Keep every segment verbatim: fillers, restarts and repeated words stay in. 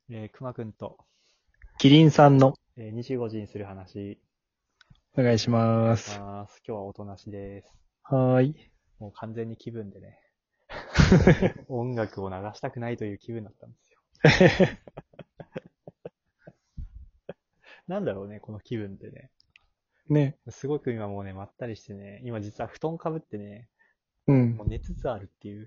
えー、くまくんと、 キリンさんのえー、にじゅうごじにする話、 お願いしお願いします。 ます。今日はおとなしです。 はーい。 もう完全に気分でね、音楽を流したくないという気分だったんですよ。なんだろうね、この気分ってね。 ね。 すごく今もうね、まったりしてね、今実は布団かぶってね、 うん。 もう寝つつあるっていう、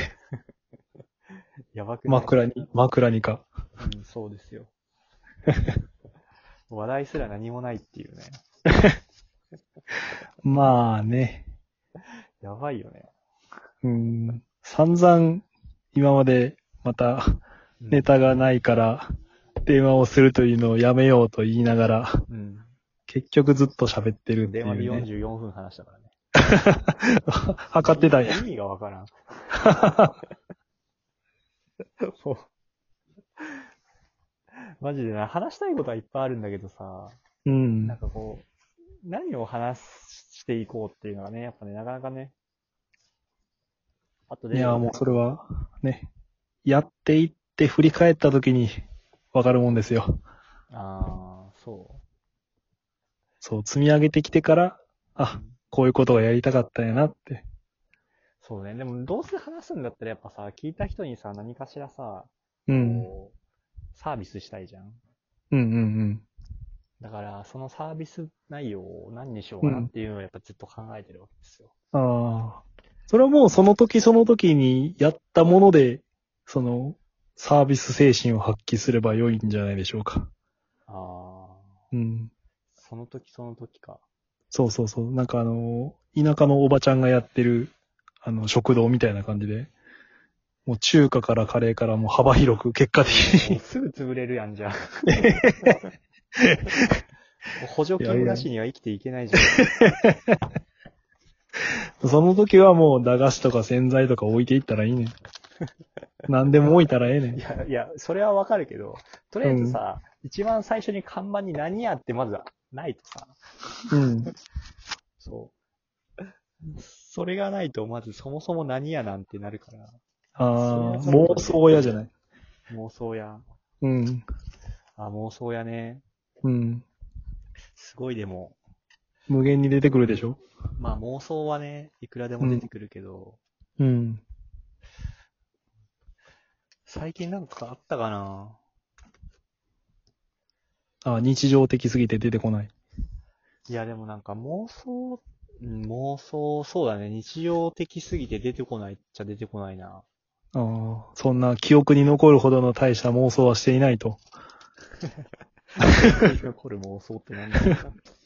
やばくない？ 枕に、枕にか。 うん、そうですよ。話題すら何もないっていうね。 まあね。 やばいよね。 うん。散々、今までまたうん。 ネタがないから電話をするというのをやめようと言いながら、 うん。 結局ずっと喋ってるって電話でいうね。 よんじゅうよんふん話したからね。 測ってたんや。 意味がわからん。もうマジでな、話したいことはいっぱいあるんだけどさ、 うん。 なんかこう、何を話していこうっていうのがね、やっぱね、なかなかね、あといや、 で、 もうそれはね、やっていって振り返った時にわかるもんですよ。 ああ、そそう、積み上げてきてから、 う。うあ、 ん、 こういうことがやりたかったんやなって。 そうね。でも、どうせ話すんだったらやっぱさ、聞いた人にさ、何かしらさ、 うん。 こう、サービスしたいじゃん。 うんうんだから、そのサービス内容を何にしよううん。 かなっうん。 ていうのをやっぱずっと考えてるわけですよ。 ああ。それはもうその時その時にやったもので、その、サービス精神を発揮すれば良いんじゃないでしょうか。 ああ、 うん。 その時その時か。 そうそうそう。なんかあの、田舎のおばちゃんがやってる、あの、食堂みたいな感じで、もう中華からカレーからもう幅広く結果的に。 もうすぐ潰れるやんじゃん。補助いやいや。 金なしには生きていけないじゃん。 その時はもう駄菓子とか洗剤とか置いていったらいいねん。何でも置いたらええねん。 いや、いや、それはわかるけど、とりあえずうん。 さ、一番最初に看板に何やってまずはないとさ、 うん。 そう。それがないと、まずそもそも何やなんてなるから、それああ、 はちょっと妄ね、 想屋じゃない。 妄想や、 うん。 あ、妄想やね。 うん。 すごいでも、 無限に出てくるでしょ。 まあ妄想はね、いくらでうん。 も出てくるけど、 うん。 最近なんかあったかな。 あ、日常的すぎて出てこない。 いや、でもなんか妄想、うん妄想、そうだね。日常的すぎて出てこないっちゃ出てこないな。 ああ、そんな記憶に残るほどの大した妄想はしていないと。 残る妄想ってなんだろうな。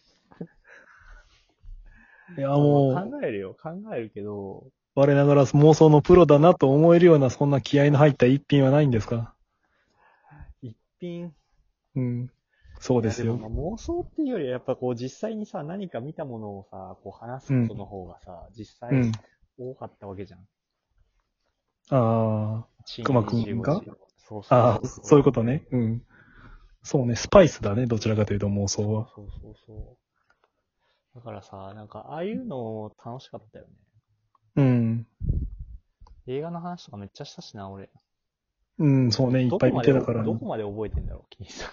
いや、 まあまあもう、 考えるよ。考えるけど、 我ながら妄想のプロだなと思えるような、そんな気合の入った一品はないんですか？ 一品、 うん。そういやでもですよ。 まあ妄想っていうよりはやっぱこう実際にさ、何か見たものをさ、こう話すうん。 ことの方がさ、実際うん。 多かったわけじゃん。 ああ、熊深夜くんがにじゅうごじ。そうそうああ、 そうそう。 そういうことね。うん。そうね、スパイスだね、どちらかというと妄想は。 そうそうそうそう。だからさ、なんかああいうの楽しかったよね。 うん。 映画の話とかめっちゃしたしな、俺。 うん、そうね、いっぱい見どこまで、 てたからね。 どこまで覚えてんだろう、君さん。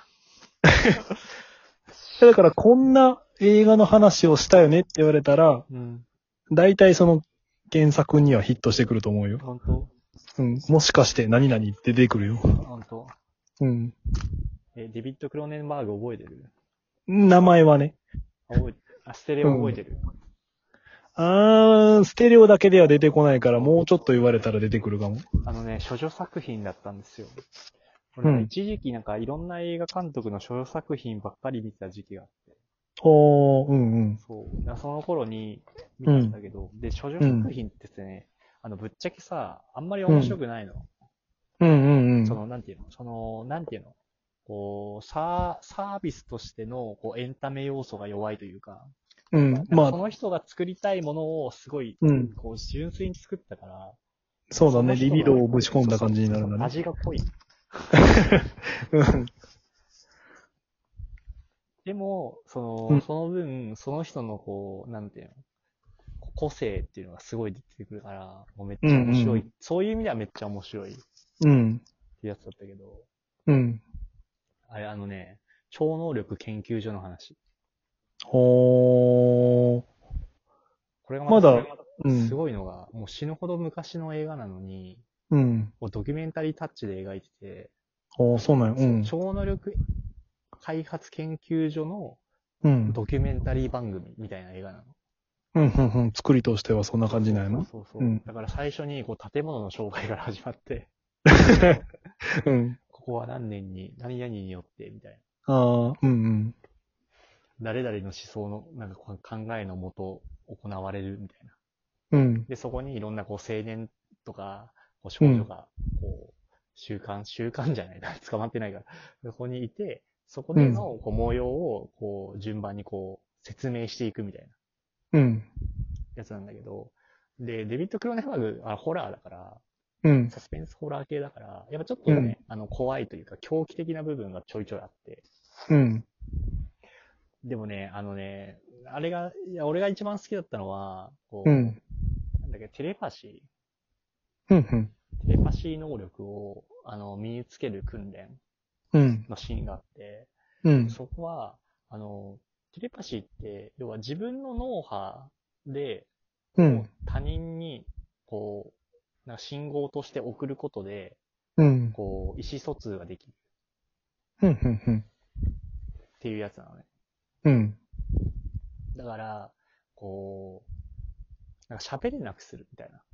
だからこんな映画の話をしたよねって言われたら、 うん。 大体その原作にはヒットしてくると思うよ。 本当？ うん。もしかして何々って出てくるよ。 本当？ うん。 え、デビッド・クローネンバーグ覚えてる？ 名前はね。 あ覚え、あ、ステレオ覚えてる？ あー、ステレオだけでは出てこないから、もうちょっと言われたら出てくるかも。 あのね、処女作品だったんですよ。俺なんかうん。 一時期なんかいろんな映画監督の処女作品ばっかり見てた時期があって。 おー、うんうん。 そう。だからその頃に見たんうん。 だけど、で、処女うん。 作品ってね、あの、ぶっちゃけさ、あんまり面うん。 白くないの。 うんうんうん。 その、なんていうのその、なんていうのこう、サー、サービスとしての、こう、エンタメ要素が弱いというか、 うん。 なんかまあ、 その人が作りたいものをすごい、 うん。 こう、純粋に作ったから、なんかそそうだね。リの人の、 ビドーをぶち込んだ感じになるんだね。 味が濃い。 うん。 でも、その、 うん。 その分、その人のこう、なんていうの、個性っていうのがすごい出てくるから、もうめっうんちゃ面白い。 うん。 そういう意味ではめっちゃ面白いっうん。 てやつだったけど、 うん。 あれ、あのね、超能力研究所の話。 ほー。 これがまたす、 まだ、うすん。 ごいのが、もう死ぬほど昔の映画なのに、 うん。 もうドキュメンタリータッチで描いてて、 ああ、そうなんや。うそう、 ん。 超能力開発研究所のうん。 ドキュメンタリー番組みたいな映画なの。 うん、うん、うん。作りとしてはそんなそうそう感じなんやな。 そうそううん。 そう。だから最初にこう建物の紹介から始まって、 うん。 ここは何年に、何々によってみたいな。 ああ、うん、うん。 誰々の思想のなんかこう考えのもと行われるみたいな。 うん。 で、そこにいろんなこう青年とか、こううん。 少女が、こう、習慣、習慣じゃないな、捕まってないから、そこにいて、そこうん。 でのこう模様を、こう、順番にこう、説明していくみたいなうん。 やつなんだけど、で、デビッド・クロネバーグ、あ、ホラーだから、 うん。 サスペンスホラー系だから、やっぱちょっうん。 とね、あの、怖いというか、狂気的な部分がちょいちょいあって、 うん。 でもね、あのね、あれが、いや、俺が一番好きだったのは、こうん。 う、なんだっけ、テレパシうん。 ー、テレパシー能力を、あの、身につける訓練うん。 のシーンがあって、 うん。 そこは、あの、テレパシーって、要は自分の脳波で、こう、 うん。 他人に、こう、なんか信号として送ることで、 うん。 こう、意思疎通ができるうん。うん。 っていうやつなのね。 うん。 だから、こう、なんか喋れなくするみたいな。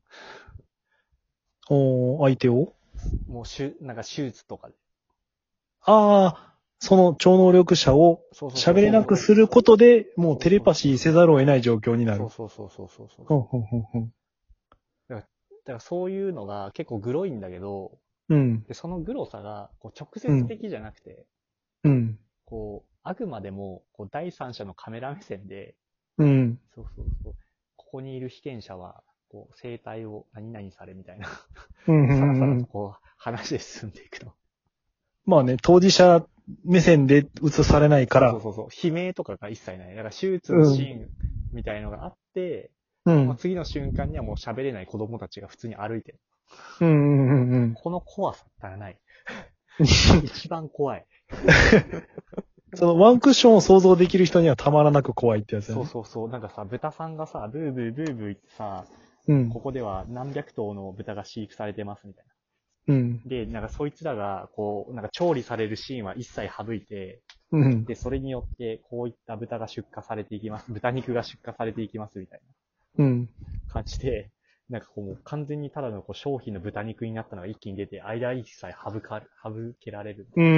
おー、相手をもうしゅ、なんか手術とかで。 ああ、その超能力者をそうそうそうそう。 喋れなくすることで、もうテレパそうシーせざるを得ない状況になる。 そうそうそうそうそうそう。 ほんほんほんほん。 だから、だからそういうのが結構グロいんだけど、 うん。 で、そのグロさがこう直うん。 接的じゃなくて、 うん。 こう、あくまでもこう第三者のカメラ目線で、 うん。 そうそうそう、ここにいる被験者は、こう、生態を何々されみたいな、 うん。うさらさん。うん。 らとこう、話で進んでいくの。 まあね、当事者目線で映されないから。 そうそうそうそう。悲鳴とかが一切ない。だから手術のうん。 シーンみたいのがあって、まあ、 うん。 次の瞬間にはもう喋れない子供たちが普通に歩いてる。 うん。うん。うん。 この怖さったらない。一番怖い。 そのワンクッションを想像できる人にはたまらなく怖いってやつだそうね。 そうそう。なんかさ、豚さんがさ、ブーブーブーブー言ってさ、 うん。 ここでは何百頭の豚が飼育されてますみたいな。 うん。 で、なんかそいつらが、こう、なんか調理されるシーンは一切省いて、 うん。 で、それによって、こういった豚が出荷されていきます。豚肉が出荷されていきますみたいうん。 な感じで、なんかこうもう完全にただのこう商品の豚肉になったのが一気に出て、間一切省か、省けられる。 うん。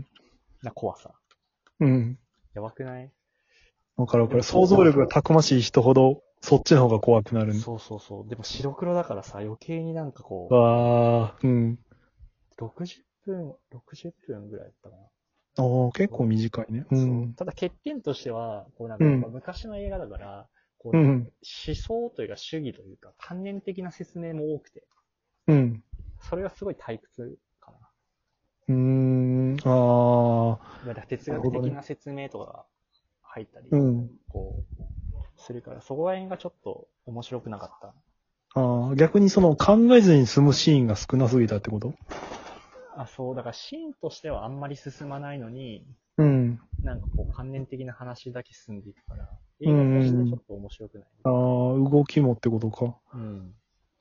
な怖さ。 うん。 やばくない？ わかるわかる。想像力がたくましい人ほど、そっちの方が怖くなるね。 そうそうそう。でも白黒だからさ、余計になんかこわー、うん。 う、ろくじゅっぷん、ろくじゅっぷんぐらいだったかな。 あー、結構短いね。うそう。 ん。 ただ欠点としては、こうなんかやっぱうん。 昔の映画だから、こう、思うん。 想というか主義というか、観念的な説明も多くて、 うん。 それがすごい退屈かな。 うーん。あだから哲ー、なるほどね。 学的な説明とかが入ったり、 うん。 こう、するから、そこら辺がちょっと面白くなかった。 あー、逆にその考えずに済むシーンが少なすぎたってこと？ あ、そう、だからシーンとしてはあんまり進まないのに、 うん。 なんかこう、観念的な話だけ進んでいくから、 う映画としてちょん。 っと面白くない。 あー、動きもってことか。 うん。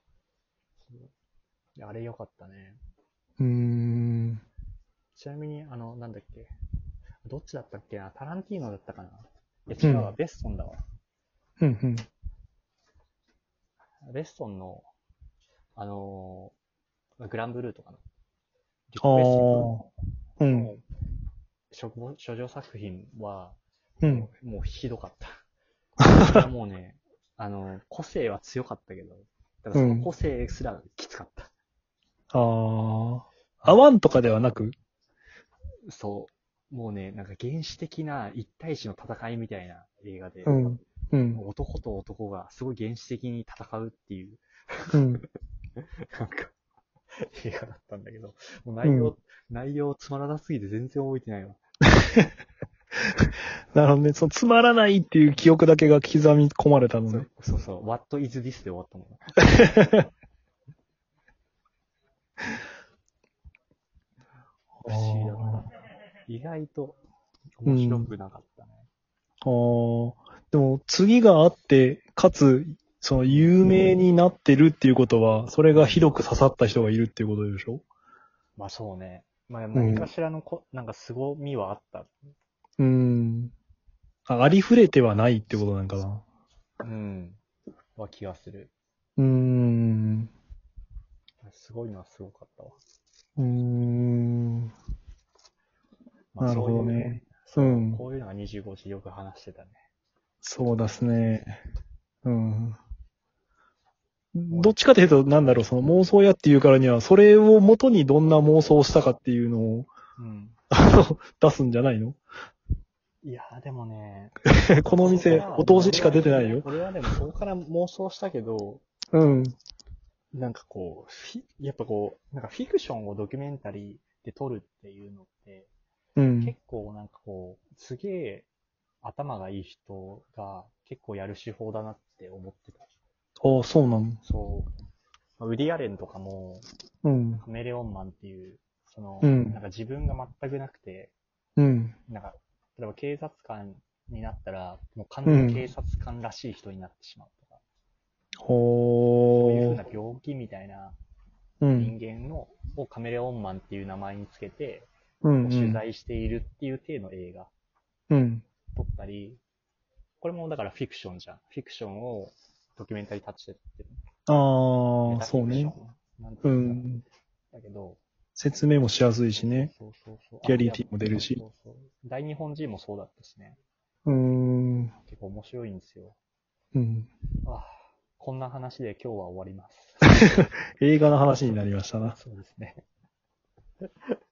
あれ良かったね。 うーん。 ちなみに、あの、なんだっけ。どっちだったっけな、タランティーノだったかな。いや、 うん。 違うわ、ベッソンだわ。 うん。うん。 ベッソンの、あのーグランブルーとかの、リあコベッシー。うん。 の処方処女作品は、 うん。 もうもうひどかった。これはもうね、あの、個性は強かったけど、ただその個性すらきつかった。 あー。アワンとかではなく？ そう。もうね、なんか原始的な一対一の戦いみたいな映画で、 うん。うん。 男と男がすごい原始的に戦うっていう、 うん。 なんか、映画だったんだけど、もう内容、 うん、 内容つまらなすぎて全然覚えてないわ。 なるほどね。そのつまらないっていう記憶だけが刻み込まれたのね。 そうそうそう、What is this で終わったもん。不思議意外と面白くなかったね。 ああ。でも次があって、かつ、その有名になってるっていうことは、それがひどく刺さった人がいるっていうことでしょ？ まあそうね。まあうん何かしらのこ、なんか凄みはあった。 うーん。あ、ありふれてはないってことなんかな。 うん。は気がする。 うーん。 すごいのはすごかったわ。 うーん。 まあなるそういうね、 ほどね。 そう、 うんこういうのがにじゅうごじよく話してたね。 そうですね。うん。 もうどっちかというと、なんだろう、その妄想やっていうからには、それを元にどんな妄想をしたかっていうのを、 うん。 あの、出すんじゃないの？ いやーでもね、 この店、お通ししか出てないよ。 俺はでもそこから妄想したけど、 うん。 なんかこう、フィやっぱこう、なんかフィクションをドキュメンタリーで撮るっていうのって、 うん結。構なんかこう、すげえ頭がいい人が結構やる手法だなって思ってた。 ああ、そうなの。 そう。ウディアレンとかも、 うん。 カメレオンマンっていう、その、 うんなんか自分が全くなくて、 うん。 なんか、例えば警察官になったら、もう完うん全に警察官らしい人になってしまうとか、そういう風なほー。 病気みたいなうん。 人間の、をカメレオンマンっていう名前につけて、 うん。う取ん。 材しているっていう体の映画うん。 撮ったり、これもだからフィクションじゃん。フィクションをドキュメンタリータッチでってる。メああ、 タフィクショそうね。 ンなんてういうんだろん。 う。だけど、 説明もしやすいしね。 そうそうそう。 リアリティも出るあ、 し。 そうそう。大日本人もそうだったしね。 うーん。 結構面白いんですよ。 うん。 ああ、こんな話で今日は終わります。 映画の話になりましたな。 そうですね。